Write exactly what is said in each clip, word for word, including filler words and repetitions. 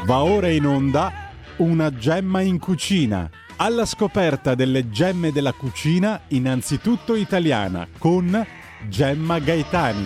Va ora in onda Una gemma in cucina, alla scoperta delle gemme della cucina innanzitutto italiana, con Gemma Gaetani.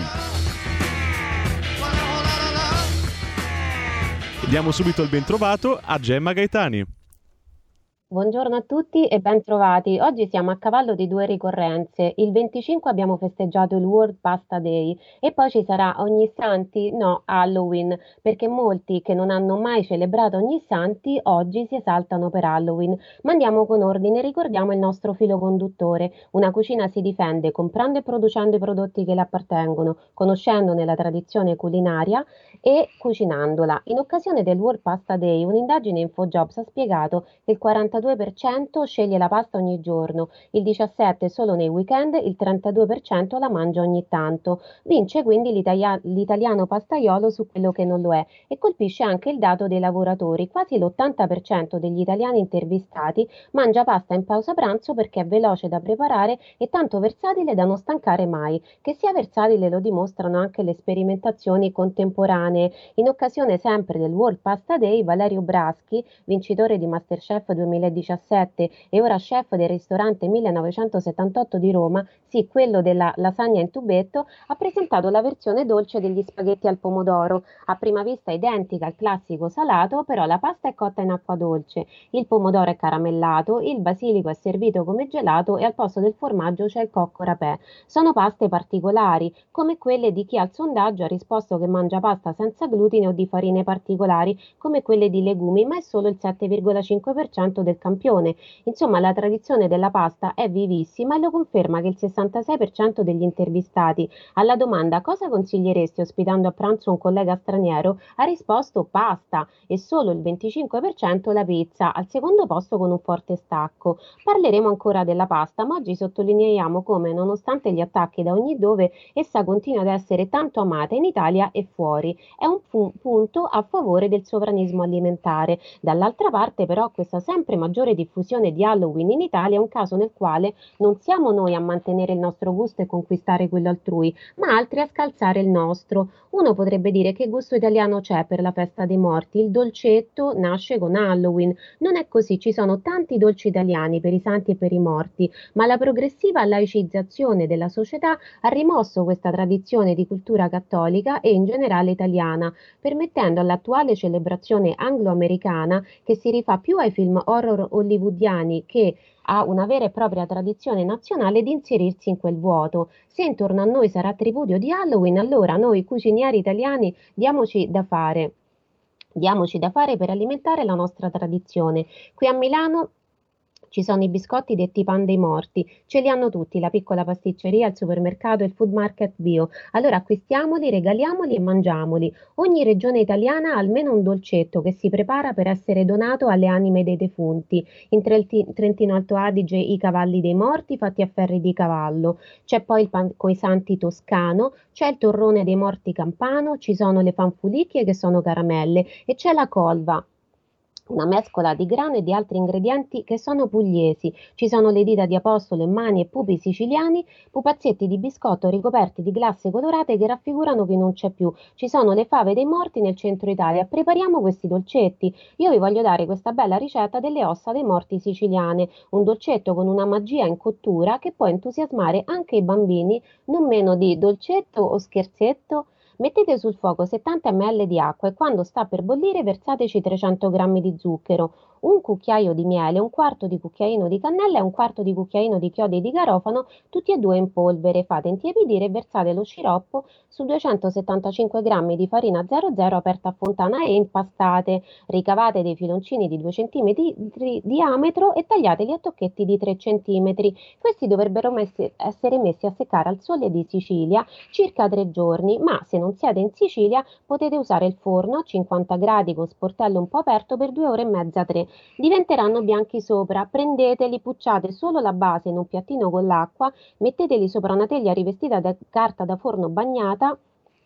Diamo subito il bentrovato a Gemma Gaetani. Buongiorno a tutti e bentrovati. Oggi siamo a cavallo di due ricorrenze. Il venticinque abbiamo festeggiato il World Pasta Day e poi ci sarà Ogni Santi, no, Halloween, perché molti che non hanno mai celebrato Ogni Santi oggi si esaltano per Halloween. Ma andiamo con ordine, ricordiamo il nostro filo conduttore. Una cucina si difende comprando e producendo i prodotti che le appartengono, conoscendone la tradizione culinaria e cucinandola. In occasione del World Pasta Day, un'indagine InfoJobs ha spiegato che il quarantadue per cento sceglie la pasta ogni giorno, il diciassette per cento solo nei weekend, il trentadue per cento la mangia ogni tanto. Vince quindi l'italia- l'italiano pastaiolo su quello che non lo è e colpisce anche il dato dei lavoratori. Quasi l'ottanta per cento degli italiani intervistati mangia pasta in pausa pranzo perché è veloce da preparare e tanto versatile da non stancare mai. Che sia versatile lo dimostrano anche le sperimentazioni contemporanee. In occasione sempre del World Pasta Day, Valerio Braschi, vincitore di MasterChef duemiladiciassette e ora chef del ristorante millenovecentosettantotto di Roma, sì, quello della lasagna in tubetto, ha presentato la versione dolce degli spaghetti al pomodoro. A prima vista identica al classico salato, però la pasta è cotta in acqua dolce, il pomodoro è caramellato, il basilico è servito come gelato e al posto del formaggio c'è il cocco rapè. Sono paste particolari, come quelle di chi al sondaggio ha risposto che mangia pasta senza glutine o di farine particolari, come quelle di legumi, ma è solo il sette virgola cinque per cento del campione. Insomma, la tradizione della pasta è vivissima e lo conferma che il sessantasei per cento degli intervistati alla domanda cosa consiglieresti ospitando a pranzo un collega straniero ha risposto pasta e solo il venticinque per cento la pizza, al secondo posto con un forte stacco. Parleremo ancora della pasta, ma oggi sottolineiamo come, nonostante gli attacchi da ogni dove, essa continua ad essere tanto amata in Italia e fuori. È un pu- punto a favore del sovranismo alimentare. Dall'altra parte, però, questa sempre maggiore diffusione di Halloween in Italia è un caso nel quale non siamo noi a mantenere il nostro gusto e conquistare quello altrui, ma altri a scalzare il nostro. Uno potrebbe dire che gusto italiano c'è per la festa dei morti, il dolcetto nasce con Halloween. Non è così, ci sono tanti dolci italiani per i santi e per i morti, ma la progressiva laicizzazione della società ha rimosso questa tradizione di cultura cattolica e in generale italiana, permettendo all'attuale celebrazione anglo-americana, che si rifà più ai film horror hollywoodiani che a una vera e propria tradizione nazionale, di inserirsi in quel vuoto. Se intorno a noi sarà tripudio di Halloween, allora noi cucinieri italiani diamoci da fare. Diamoci da fare per alimentare la nostra tradizione. Qui a Milano ci sono i biscotti detti pan dei morti, ce li hanno tutti, la piccola pasticceria, il supermercato, il food market bio. Allora acquistiamoli, regaliamoli e mangiamoli. Ogni regione italiana ha almeno un dolcetto che si prepara per essere donato alle anime dei defunti. In Trenti- Trentino Alto Adige i cavalli dei morti fatti a ferri di cavallo. C'è poi il pan coi santi toscano, c'è il torrone dei morti campano, ci sono le fanfulicchie che sono caramelle e c'è la colva, una mescola di grano e di altri ingredienti che sono pugliesi. Ci sono le dita di apostolo e mani e pupi siciliani, pupazzetti di biscotto ricoperti di glasse colorate che raffigurano chi non c'è più. Ci sono le fave dei morti nel centro Italia. Prepariamo questi dolcetti. Io vi voglio dare questa bella ricetta delle ossa dei morti siciliane, un dolcetto con una magia in cottura che può entusiasmare anche i bambini, non meno di dolcetto o scherzetto. Mettete sul fuoco settanta millilitri di acqua e quando sta per bollire versateci trecento grammi di zucchero, un cucchiaio di miele, un quarto di cucchiaino di cannella e un quarto di cucchiaino di chiodi di garofano, tutti e due in polvere. Fate intiepidire e versate lo sciroppo su duecentosettantacinque grammi di farina zero zero aperta a fontana e impastate. Ricavate dei filoncini di due centimetri di diametro e tagliateli a tocchetti di tre centimetri. Questi dovrebbero messi- essere messi a seccare al sole di Sicilia circa tre giorni, ma se non siete in Sicilia potete usare il forno a cinquanta gradi con sportello un po' aperto per due ore e mezza, tre. Diventeranno bianchi sopra, prendeteli, pucciate solo la base in un piattino con l'acqua, metteteli sopra una teglia rivestita da carta da forno bagnata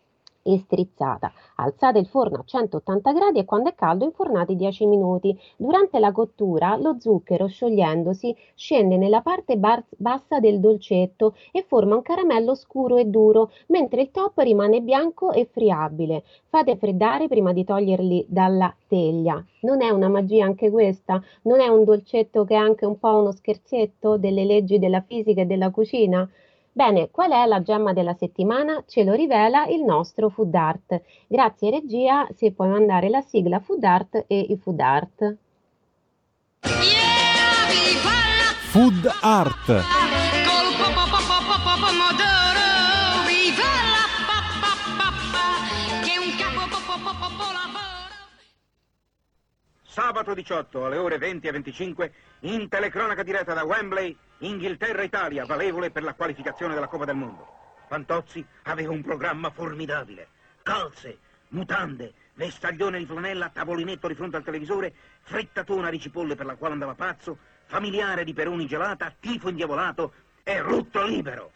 e strizzata. Alzate il forno a centottanta gradi e quando è caldo infornate dieci minuti. Durante la cottura lo zucchero, sciogliendosi, scende nella parte bar- bassa del dolcetto e forma un caramello scuro e duro, mentre il top rimane bianco e friabile. Fate freddare prima di toglierli dalla teglia. Non è una magia anche questa? Non è un dolcetto che è anche un po' uno scherzetto delle leggi della fisica e della cucina? Bene, qual è la gemma della settimana? Ce lo rivela il nostro Food Art. Grazie regia, se puoi mandare la sigla Food Art e i Food Art. Food Art. Sabato diciotto alle ore venti e venticinque in telecronaca diretta da Wembley, Inghilterra-Italia, valevole per la qualificazione della Coppa del Mondo. Fantozzi aveva un programma formidabile. Calze, mutande, vestaglione di flanella, tavolinetto di fronte al televisore, frittatona di cipolle per la quale andava pazzo, familiare di peroni gelata, tifo indiavolato e rutto libero.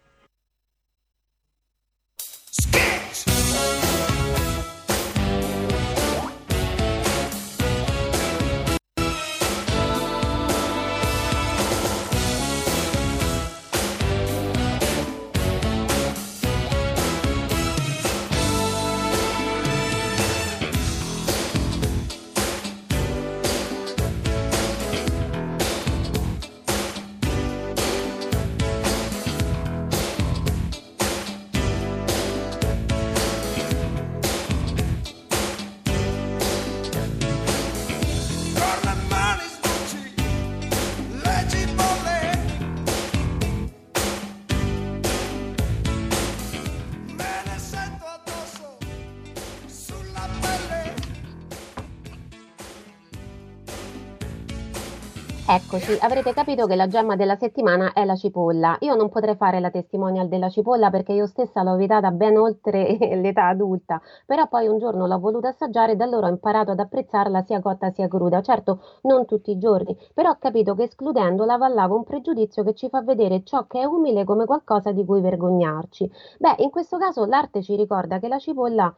Eccoci, avrete capito che la gemma della settimana è la cipolla. Io non potrei fare la testimonial della cipolla perché io stessa l'ho evitata ben oltre l'età adulta, però poi un giorno l'ho voluta assaggiare e da allora ho imparato ad apprezzarla sia cotta sia cruda. Certo, non tutti i giorni, però ho capito che escludendola avallavo un pregiudizio che ci fa vedere ciò che è umile come qualcosa di cui vergognarci. Beh, in questo caso l'arte ci ricorda che la cipolla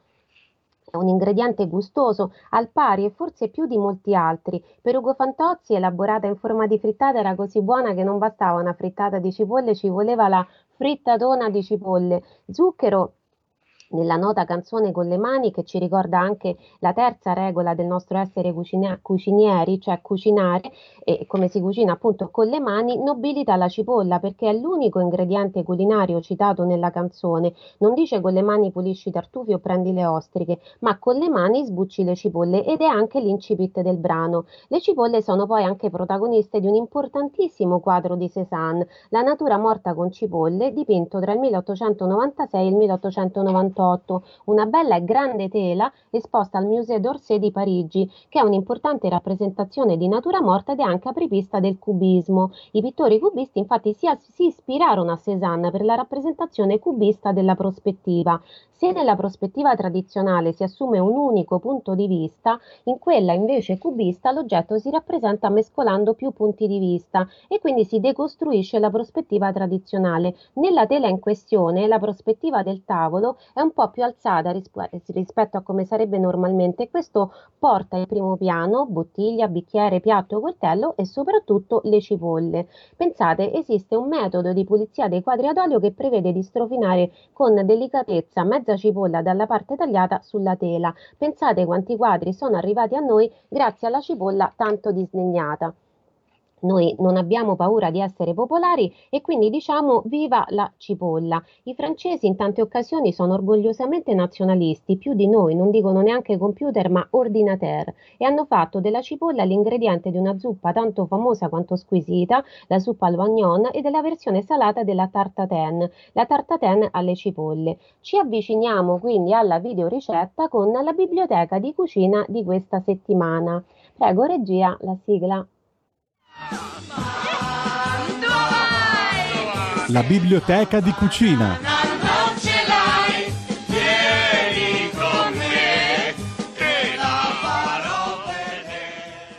è un ingrediente gustoso, al pari e forse più di molti altri. Per Ugo Fantozzi, elaborata in forma di frittata, era così buona che non bastava una frittata di cipolle, ci voleva la frittatona di cipolle. Zucchero nella nota canzone Con le mani, che ci ricorda anche la terza regola del nostro essere cucina- cucinieri, cioè cucinare, e come si cucina appunto con le mani, nobilita la cipolla perché è l'unico ingrediente culinario citato nella canzone. Non dice con le mani pulisci i tartufi o prendi le ostriche, ma con le mani sbucci le cipolle, ed è anche l'incipit del brano. Le cipolle sono poi anche protagoniste di un importantissimo quadro di Cézanne, La natura morta con cipolle, dipinto tra il milleottocentonovantasei e il milleottocentonovantotto. Una bella e grande tela esposta al Musée d'Orsay di Parigi, che è un'importante rappresentazione di natura morta ed è anche apripista del cubismo. I pittori cubisti infatti si, si ispirarono a Cézanne per la rappresentazione cubista della prospettiva. Se nella prospettiva tradizionale si assume un unico punto di vista, in quella invece cubista l'oggetto si rappresenta mescolando più punti di vista e quindi si decostruisce la prospettiva tradizionale. Nella tela in questione la prospettiva del tavolo è un po' più alzata rispetto a come sarebbe normalmente e questo porta in primo piano bottiglia, bicchiere, piatto, coltello e soprattutto le cipolle. Pensate, esiste un metodo di pulizia dei quadri ad olio che prevede di strofinare con delicatezza mezza cipolla dalla parte tagliata sulla tela. Pensate quanti quadri sono arrivati a noi grazie alla cipolla tanto disdegnata. Noi non abbiamo paura di essere popolari e quindi diciamo viva la cipolla. I francesi in tante occasioni sono orgogliosamente nazionalisti, più di noi, non dicono neanche computer ma ordinateur, e hanno fatto della cipolla l'ingrediente di una zuppa tanto famosa quanto squisita, la zuppa al oignon, e della versione salata della tartatin, la tartatin alle cipolle. Ci avviciniamo quindi alla videoricetta con la biblioteca di cucina di questa settimana. Prego regia, la sigla. La biblioteca di cucina. Non ce l'hai, vieni con me, che la farò vedere.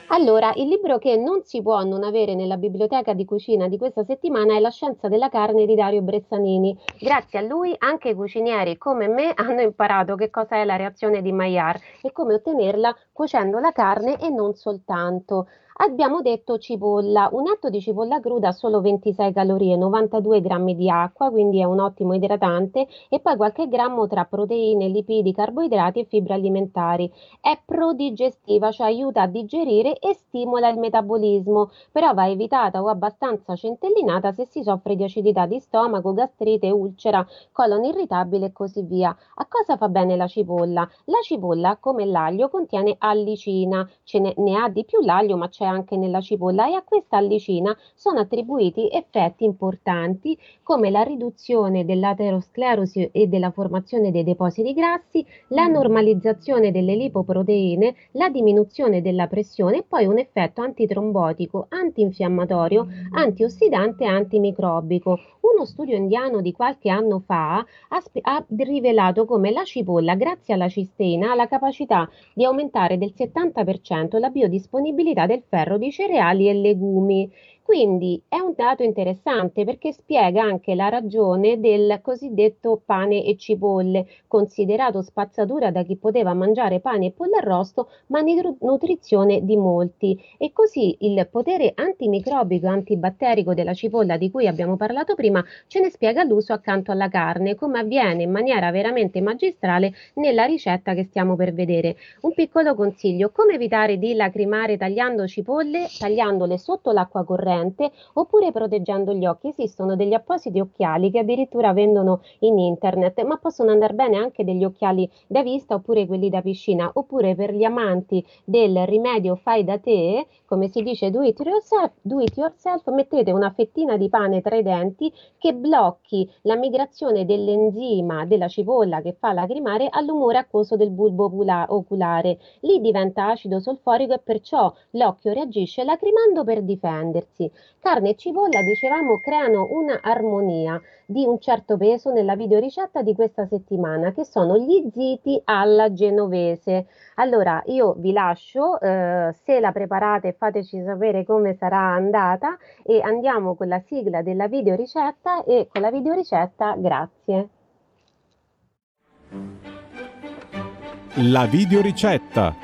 Allora, il libro che non si può non avere nella biblioteca di cucina di questa settimana è La scienza della carne di Dario Bressanini. Grazie a lui anche i cucinieri come me hanno imparato che cosa è la reazione di Maillard e come ottenerla cuocendo la carne e non soltanto. Abbiamo detto cipolla, un etto di cipolla cruda ha solo ventisei calorie, novantadue grammi di acqua, quindi è un ottimo idratante, e poi qualche grammo tra proteine, lipidi, carboidrati e fibre alimentari. È prodigestiva, cioè aiuta a digerire e stimola il metabolismo, però va evitata o abbastanza centellinata se si soffre di acidità di stomaco, gastrite, ulcera, colon irritabile e così via. A cosa fa bene la cipolla? La cipolla, come l'aglio, contiene allicina, ce ne, ne ha di più l'aglio, ma c'è anche nella cipolla, e a questa allicina sono attribuiti effetti importanti come la riduzione dell'aterosclerosi e della formazione dei depositi grassi, la normalizzazione delle lipoproteine, la diminuzione della pressione e poi un effetto antitrombotico, antinfiammatorio, antiossidante e antimicrobico. Uno studio indiano di qualche anno fa ha, sp- ha rivelato come la cipolla, grazie alla cisteina, ha la capacità di aumentare del settanta per cento la biodisponibilità del ferro di cereali e legumi. Quindi è un dato interessante perché spiega anche la ragione del cosiddetto pane e cipolle, considerato spazzatura da chi poteva mangiare pane e pollo arrosto, ma nitru- nutrizione di molti. E così il potere antimicrobico e antibatterico della cipolla di cui abbiamo parlato prima ce ne spiega l'uso accanto alla carne, come avviene in maniera veramente magistrale nella ricetta che stiamo per vedere. Un piccolo consiglio: come evitare di lacrimare tagliando cipolle, tagliandole sotto l'acqua corrente oppure proteggendo gli occhi. Esistono degli appositi occhiali che addirittura vendono in internet, ma possono andare bene anche degli occhiali da vista oppure quelli da piscina. Oppure, per gli amanti del rimedio fai da te, come si dice do it yourself, do it yourself, mettete una fettina di pane tra i denti che blocchi la migrazione dell'enzima della cipolla che fa lacrimare all'umore acquoso del bulbo oculare. Lì diventa acido solforico e perciò l'occhio reagisce lacrimando per difendersi. Carne e cipolla, dicevamo, creano una armonia di un certo peso nella videoricetta di questa settimana, che sono gli ziti alla genovese. Allora io vi lascio, eh, se la preparate fateci sapere come sarà andata, e andiamo con la sigla della videoricetta. E con la videoricetta, grazie. La videoricetta.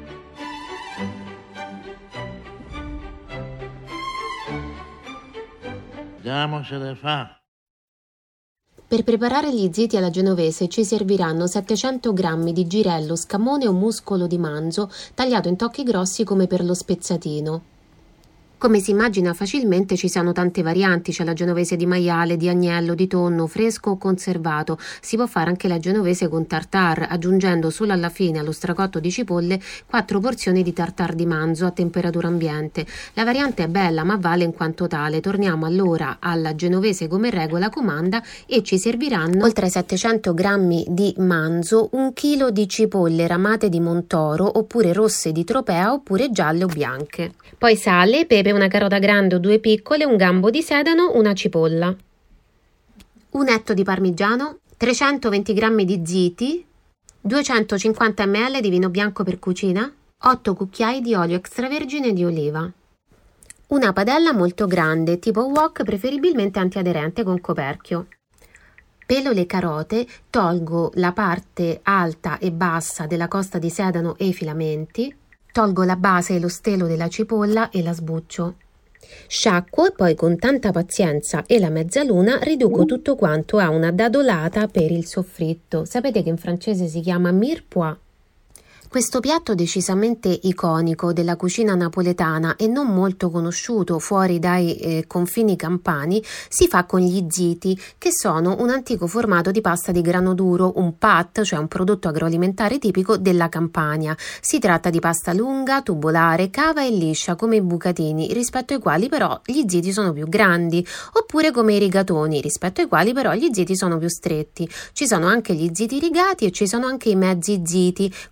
Diamocene fa. Per preparare gli ziti alla genovese ci serviranno settecento grammi di girello, scamone o muscolo di manzo tagliato in tocchi grossi come per lo spezzatino. Come si immagina facilmente ci sono tante varianti, c'è la genovese di maiale, di agnello, di tonno, fresco o conservato. Si può fare anche la genovese con tartare, aggiungendo solo alla fine allo stracotto di cipolle quattro porzioni di tartare di manzo a temperatura ambiente. La variante è bella ma vale in quanto tale. Torniamo allora alla genovese come regola comanda e ci serviranno, oltre ai settecento grammi di manzo, un chilo di cipolle ramate di Montoro oppure rosse di Tropea oppure gialle o bianche. Poi sale, pepe, una carota grande o due piccole, un gambo di sedano, una cipolla, un etto di parmigiano, trecentoventi grammi di ziti, duecentocinquanta millilitri di vino bianco per cucina, otto cucchiai di olio extravergine di oliva, una padella molto grande tipo wok, preferibilmente antiaderente con coperchio. Pelo le carote, tolgo la parte alta e bassa della costa di sedano e i filamenti, tolgo la base e lo stelo della cipolla e la sbuccio. Sciacquo e poi con tanta pazienza e la mezzaluna riduco tutto quanto a una dadolata per il soffritto. Sapete che in francese si chiama mirepoix? Questo piatto decisamente iconico della cucina napoletana e non molto conosciuto fuori dai eh, confini campani si fa con gli ziti, che sono un antico formato di pasta di grano duro, un pat, cioè un prodotto agroalimentare tipico della Campania. Si tratta di pasta lunga, tubolare, cava e liscia come i bucatini, rispetto ai quali però gli ziti sono più grandi, oppure come i rigatoni, rispetto ai quali però gli ziti sono più stretti. Ci sono anche gli ziti rigati e ci sono anche i mezzi ziti, con un calice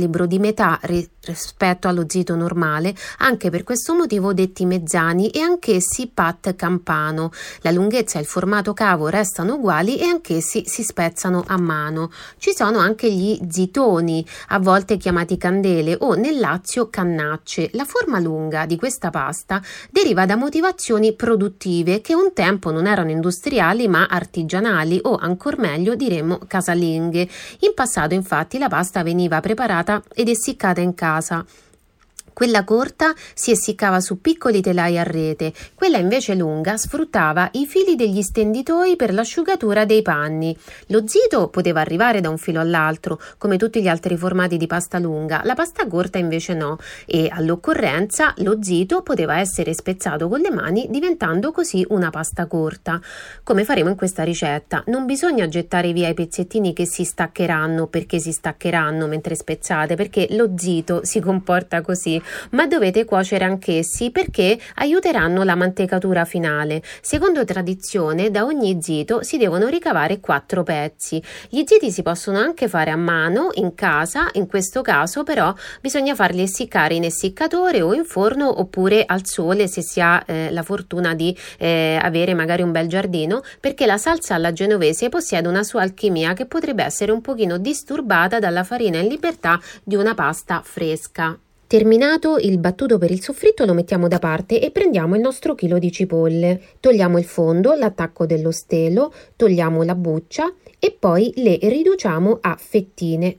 calibro di metà ri- rispetto allo zito normale, anche per questo motivo detti mezzani, e anch'essi pat campano. La lunghezza e il formato cavo restano uguali e anch'essi si spezzano a mano. Ci sono anche gli zitoni, a volte chiamati candele o nel Lazio cannacce. La forma lunga di questa pasta deriva da motivazioni produttive che un tempo non erano industriali ma artigianali, o ancor meglio diremmo casalinghe. In passato infatti la pasta veniva preparata ed essiccata in casa. Quella corta si essiccava su piccoli telai a rete, quella invece lunga sfruttava i fili degli stenditoi per l'asciugatura dei panni. Lo zito poteva arrivare da un filo all'altro, come tutti gli altri formati di pasta lunga, la pasta corta invece no, e all'occorrenza lo zito poteva essere spezzato con le mani, diventando così una pasta corta. Come faremo in questa ricetta, non bisogna gettare via i pezzettini che si staccheranno perché si staccheranno mentre spezzate, perché lo zito si comporta così, ma dovete cuocere anch'essi perché aiuteranno la mantecatura finale. Secondo tradizione, da ogni zito si devono ricavare quattro pezzi. Gli ziti si possono anche fare a mano in casa, in questo caso però bisogna farli essiccare in essiccatore o in forno, oppure al sole se si ha eh, la fortuna di eh, avere magari un bel giardino, perché la salsa alla genovese possiede una sua alchimia che potrebbe essere un pochino disturbata dalla farina in libertà di una pasta fresca. Terminato il battuto per il soffritto, lo mettiamo da parte e prendiamo il nostro chilo di cipolle. Togliamo il fondo, l'attacco dello stelo, togliamo la buccia e poi le riduciamo a fettine.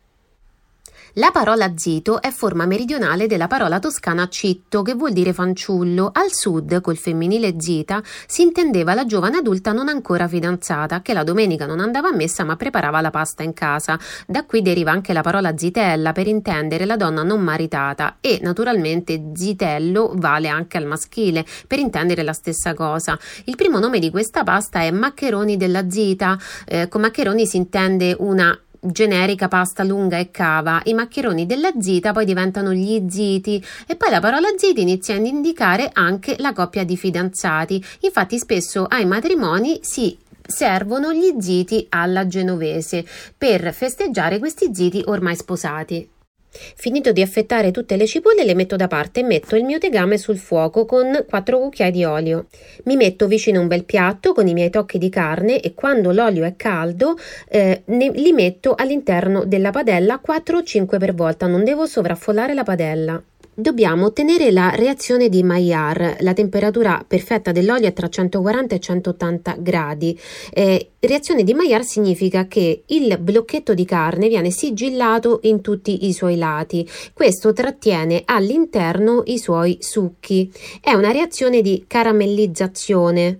La parola zito è forma meridionale della parola toscana citto, che vuol dire fanciullo. Al sud, col femminile zita, si intendeva la giovane adulta non ancora fidanzata, che la domenica non andava a messa ma preparava la pasta in casa. Da qui deriva anche la parola zitella, per intendere la donna non maritata, e naturalmente zitello vale anche al maschile, per intendere la stessa cosa. Il primo nome di questa pasta è maccheroni della zita. Eh, con maccheroni si intende una generica pasta lunga e cava. I maccheroni della zita poi diventano gli ziti, e poi la parola ziti inizia ad indicare anche la coppia di fidanzati. Infatti spesso ai matrimoni si servono gli ziti alla genovese per festeggiare questi ziti ormai sposati. Finito di affettare tutte le cipolle, le metto da parte e metto il mio tegame sul fuoco con quattro cucchiai di olio. Mi metto vicino un bel piatto con i miei tocchi di carne e quando l'olio è caldo eh, ne, li metto all'interno della padella quattro o cinque per volta, non devo sovraffollare la padella. Dobbiamo ottenere la reazione di Maillard. La temperatura perfetta dell'olio è tra centoquaranta e centottanta gradi. Eh, reazione di Maillard significa che il blocchetto di carne viene sigillato in tutti i suoi lati. Questo trattiene all'interno i suoi succhi. È una reazione di caramellizzazione.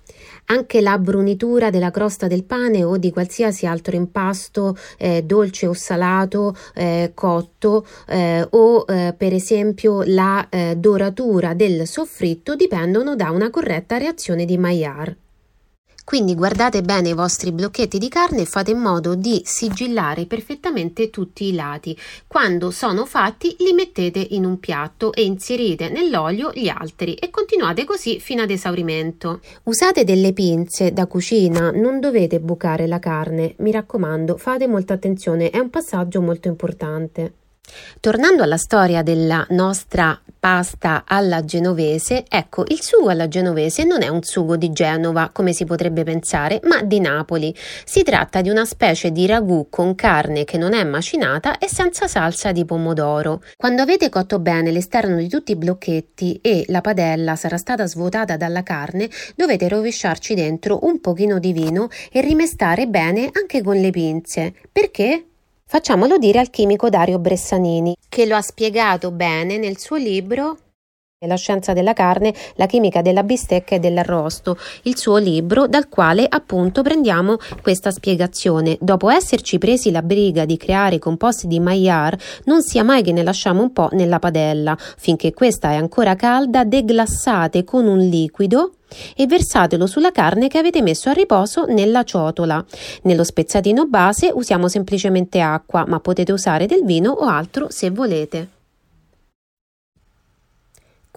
Anche la brunitura della crosta del pane o di qualsiasi altro impasto eh, dolce o salato eh, cotto eh, o eh, per esempio la eh, doratura del soffritto dipendono da una corretta reazione di Maillard. Quindi guardate bene i vostri blocchetti di carne e fate in modo di sigillare perfettamente tutti i lati. Quando sono fatti li mettete in un piatto e inserite nell'olio gli altri e continuate così fino ad esaurimento. Usate delle pinze da cucina, non dovete bucare la carne, mi raccomando, fate molta attenzione, è un passaggio molto importante. Tornando alla storia della nostra pasta alla genovese, ecco, il sugo alla genovese non è un sugo di Genova come si potrebbe pensare, ma di Napoli. Si tratta di una specie di ragù con carne che non è macinata e senza salsa di pomodoro. Quando avete cotto bene l'esterno di tutti i blocchetti e la padella sarà stata svuotata dalla carne, dovete rovesciarci dentro un pochino di vino e rimestare bene anche con le pinze. Perché? Facciamolo dire al chimico Dario Bressanini, che lo ha spiegato bene nel suo libro La scienza della carne, la chimica della bistecca e dell'arrosto, il suo libro dal quale appunto prendiamo questa spiegazione. Dopo esserci presi la briga di creare i composti di Maillard, non sia mai che ne lasciamo un po' nella padella. Finché questa è ancora calda, deglassate con un liquido e versatelo sulla carne che avete messo a riposo nella ciotola. Nello spezzatino base usiamo semplicemente acqua, ma potete usare del vino o altro se volete.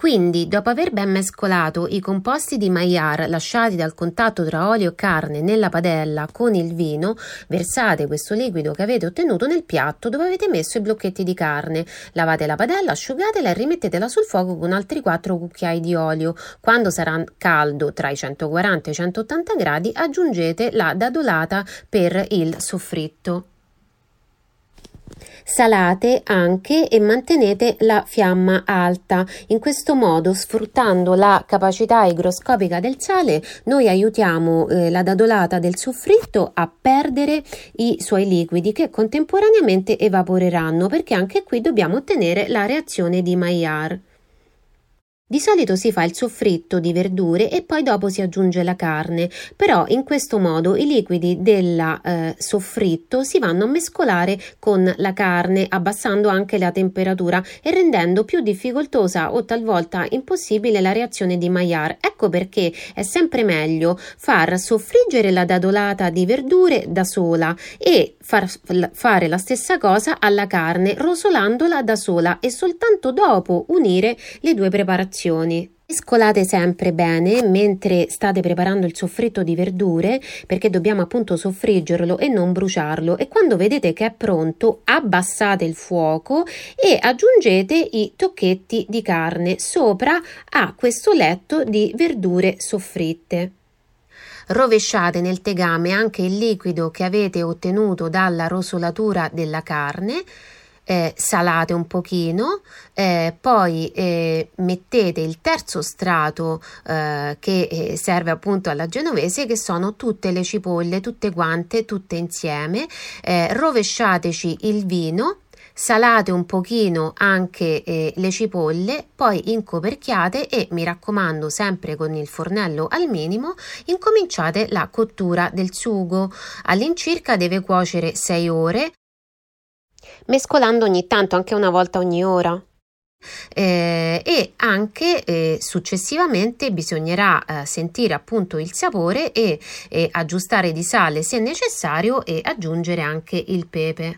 Quindi, dopo aver ben mescolato i composti di Maillard lasciati dal contatto tra olio e carne nella padella con il vino, versate questo liquido che avete ottenuto nel piatto dove avete messo i blocchetti di carne. Lavate la padella, asciugatela e rimettetela sul fuoco con altri quattro cucchiai di olio. Quando sarà caldo tra i centoquaranta e i centottanta gradi, aggiungete la dadolata per il soffritto. Salate anche e mantenete la fiamma alta. In questo modo, sfruttando la capacità igroscopica del sale, noi aiutiamo eh, la dadolata del soffritto a perdere i suoi liquidi che contemporaneamente evaporeranno, perché anche qui dobbiamo ottenere la reazione di Maillard. Di solito si fa il soffritto di verdure e poi dopo si aggiunge la carne, però in questo modo i liquidi del eh, soffritto si vanno a mescolare con la carne, abbassando anche la temperatura e rendendo più difficoltosa o talvolta impossibile la reazione di Maillard. Ecco perché è sempre meglio far soffriggere la dadolata di verdure da sola e far fare la stessa cosa alla carne, rosolandola da sola, e soltanto dopo unire le due preparazioni. Mescolate sempre bene mentre state preparando il soffritto di verdure, perché dobbiamo appunto soffriggerlo e non bruciarlo, e quando vedete che è pronto abbassate il fuoco e aggiungete i tocchetti di carne sopra a questo letto di verdure soffritte. Rovesciate nel tegame anche il liquido che avete ottenuto dalla rosolatura della carne. Eh, salate un pochino, eh, poi eh, mettete il terzo strato eh, che eh, serve appunto alla genovese, che sono tutte le cipolle, tutte quante, tutte insieme. Eh, rovesciateci il vino, salate un pochino anche eh, le cipolle, poi incoperchiate e, mi raccomando, sempre con il fornello al minimo, incominciate la cottura del sugo. All'incirca deve cuocere sei ore, mescolando ogni tanto, anche una volta ogni ora. Eh, e anche eh, successivamente bisognerà eh, sentire appunto il sapore e, e aggiustare di sale se necessario, e aggiungere anche il pepe.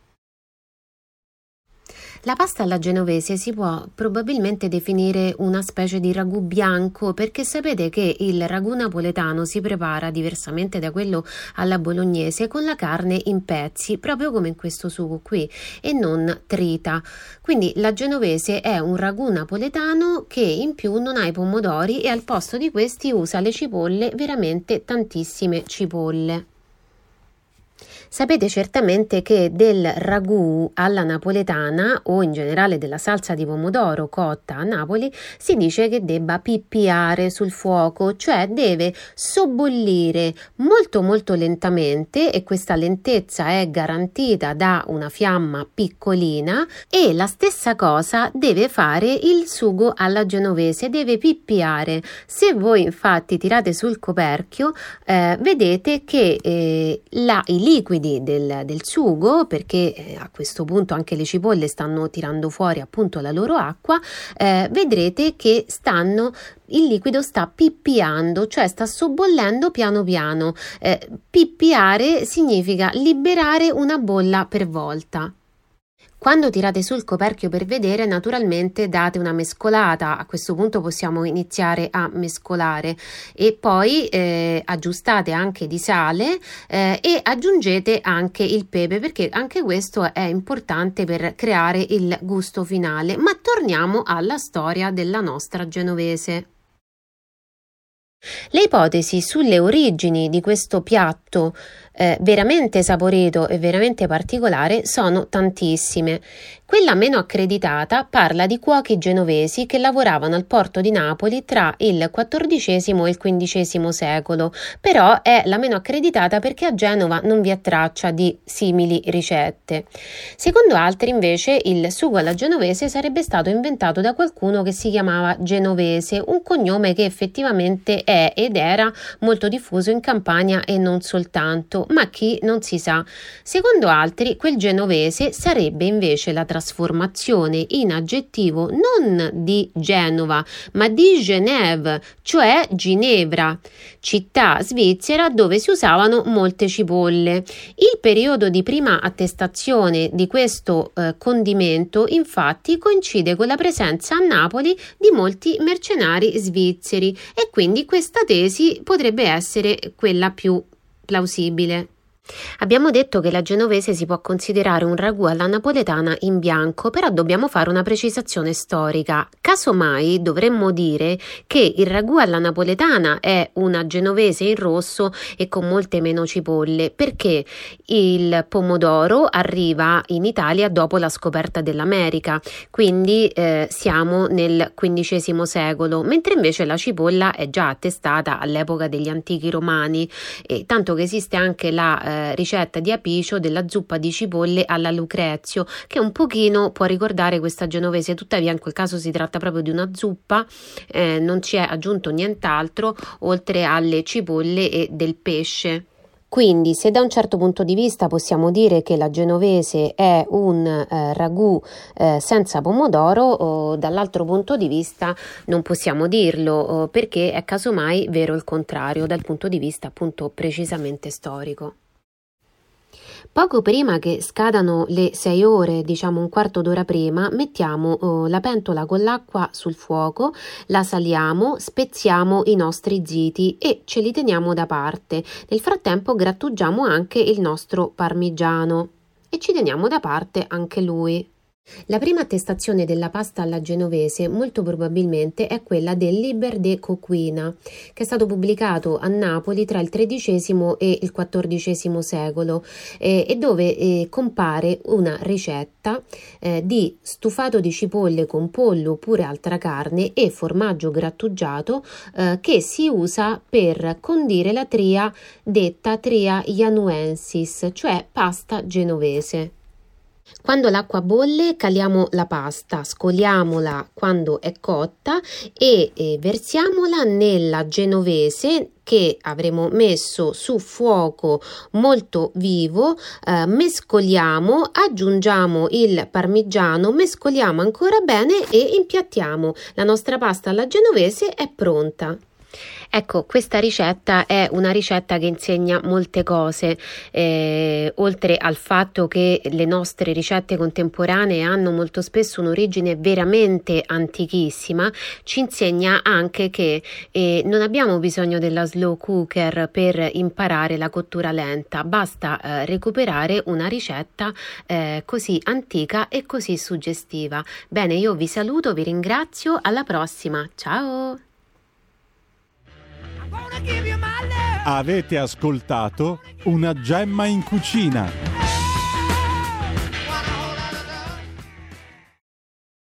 La pasta alla genovese si può probabilmente definire una specie di ragù bianco, perché sapete che il ragù napoletano si prepara diversamente da quello alla bolognese, con la carne in pezzi, proprio come in questo sugo qui, e non trita. Quindi la genovese è un ragù napoletano che in più non ha i pomodori e al posto di questi usa le cipolle, veramente tantissime cipolle. Sapete certamente che del ragù alla napoletana, o in generale della salsa di pomodoro cotta a Napoli, si dice che debba pippiare sul fuoco, cioè deve sobbollire molto molto lentamente, e questa lentezza è garantita da una fiamma piccolina, e la stessa cosa deve fare il sugo alla genovese, deve pippiare. Se voi infatti tirate sul coperchio eh, vedete che eh, la, i liquidi Del, del sugo, perché eh, a questo punto anche le cipolle stanno tirando fuori appunto la loro acqua, eh, vedrete che stanno il liquido sta pippiando, cioè sta sobbollendo piano piano. Eh, pippiare significa liberare una bolla per volta. Quando tirate sul coperchio per vedere, naturalmente date una mescolata. A questo punto possiamo iniziare a mescolare, e poi eh, aggiustate anche di sale eh, e aggiungete anche il pepe, perché anche questo è importante per creare il gusto finale. Ma torniamo alla storia della nostra genovese. Le ipotesi sulle origini di questo piatto eh, veramente saporito e veramente particolare sono tantissime. Quella meno accreditata parla di cuochi genovesi che lavoravano al porto di Napoli tra il quattordicesimo e il quindicesimo secolo, però è la meno accreditata perché a Genova non vi è traccia di simili ricette. Secondo altri, invece, il sugo alla genovese sarebbe stato inventato da qualcuno che si chiamava Genovese, un cognome che effettivamente è ed era molto diffuso in Campania e non soltanto, Stato, ma chi non si sa. Secondo altri, quel genovese sarebbe invece la trasformazione in aggettivo non di Genova, ma di Genève, cioè Ginevra, città svizzera dove si usavano molte cipolle. Il periodo di prima attestazione di questo eh, condimento infatti coincide con la presenza a Napoli di molti mercenari svizzeri e quindi questa tesi potrebbe essere quella più plausibile. Abbiamo detto che la genovese si può considerare un ragù alla napoletana in bianco, però dobbiamo fare una precisazione storica. Casomai dovremmo dire che il ragù alla napoletana è una genovese in rosso e con molte meno cipolle, perché il pomodoro arriva in Italia dopo la scoperta dell'America, quindi eh, siamo nel quindicesimo secolo, mentre invece la cipolla è già attestata all'epoca degli antichi romani, e tanto che esiste anche la Eh, ricetta di Apicio della zuppa di cipolle alla Lucrezio, che un pochino può ricordare questa genovese, tuttavia in quel caso si tratta proprio di una zuppa, eh, non ci è aggiunto nient'altro oltre alle cipolle e del pesce. Quindi, se da un certo punto di vista possiamo dire che la genovese è un eh, ragù eh, senza pomodoro, o, dall'altro punto di vista non possiamo dirlo, o, perché è casomai vero il contrario dal punto di vista appunto precisamente storico. Poco prima che scadano le sei ore, diciamo un quarto d'ora prima, mettiamo oh, la pentola con l'acqua sul fuoco, la saliamo, speziamo i nostri ziti e ce li teniamo da parte. Nel frattempo grattugiamo anche il nostro parmigiano e ci teniamo da parte anche lui. La prima attestazione della pasta alla genovese molto probabilmente è quella del Liber de Coquina, che è stato pubblicato a Napoli tra il tredicesimo e il quattordicesimo secolo eh, e dove eh, compare una ricetta eh, di stufato di cipolle con pollo oppure altra carne e formaggio grattugiato eh, che si usa per condire la tria detta tria ianuensis, cioè pasta genovese. Quando l'acqua bolle caliamo la pasta, scoliamola quando è cotta e eh, versiamola nella genovese che avremo messo su fuoco molto vivo, eh, mescoliamo, aggiungiamo il parmigiano, mescoliamo ancora bene e impiattiamo. La nostra pasta alla genovese è pronta. Ecco, questa ricetta è una ricetta che insegna molte cose, eh, oltre al fatto che le nostre ricette contemporanee hanno molto spesso un'origine veramente antichissima, ci insegna anche che eh, non abbiamo bisogno della slow cooker per imparare la cottura lenta, basta eh, recuperare una ricetta eh, così antica e così suggestiva. Bene, io vi saluto, vi ringrazio, alla prossima, ciao! Avete ascoltato Una gemma in cucina.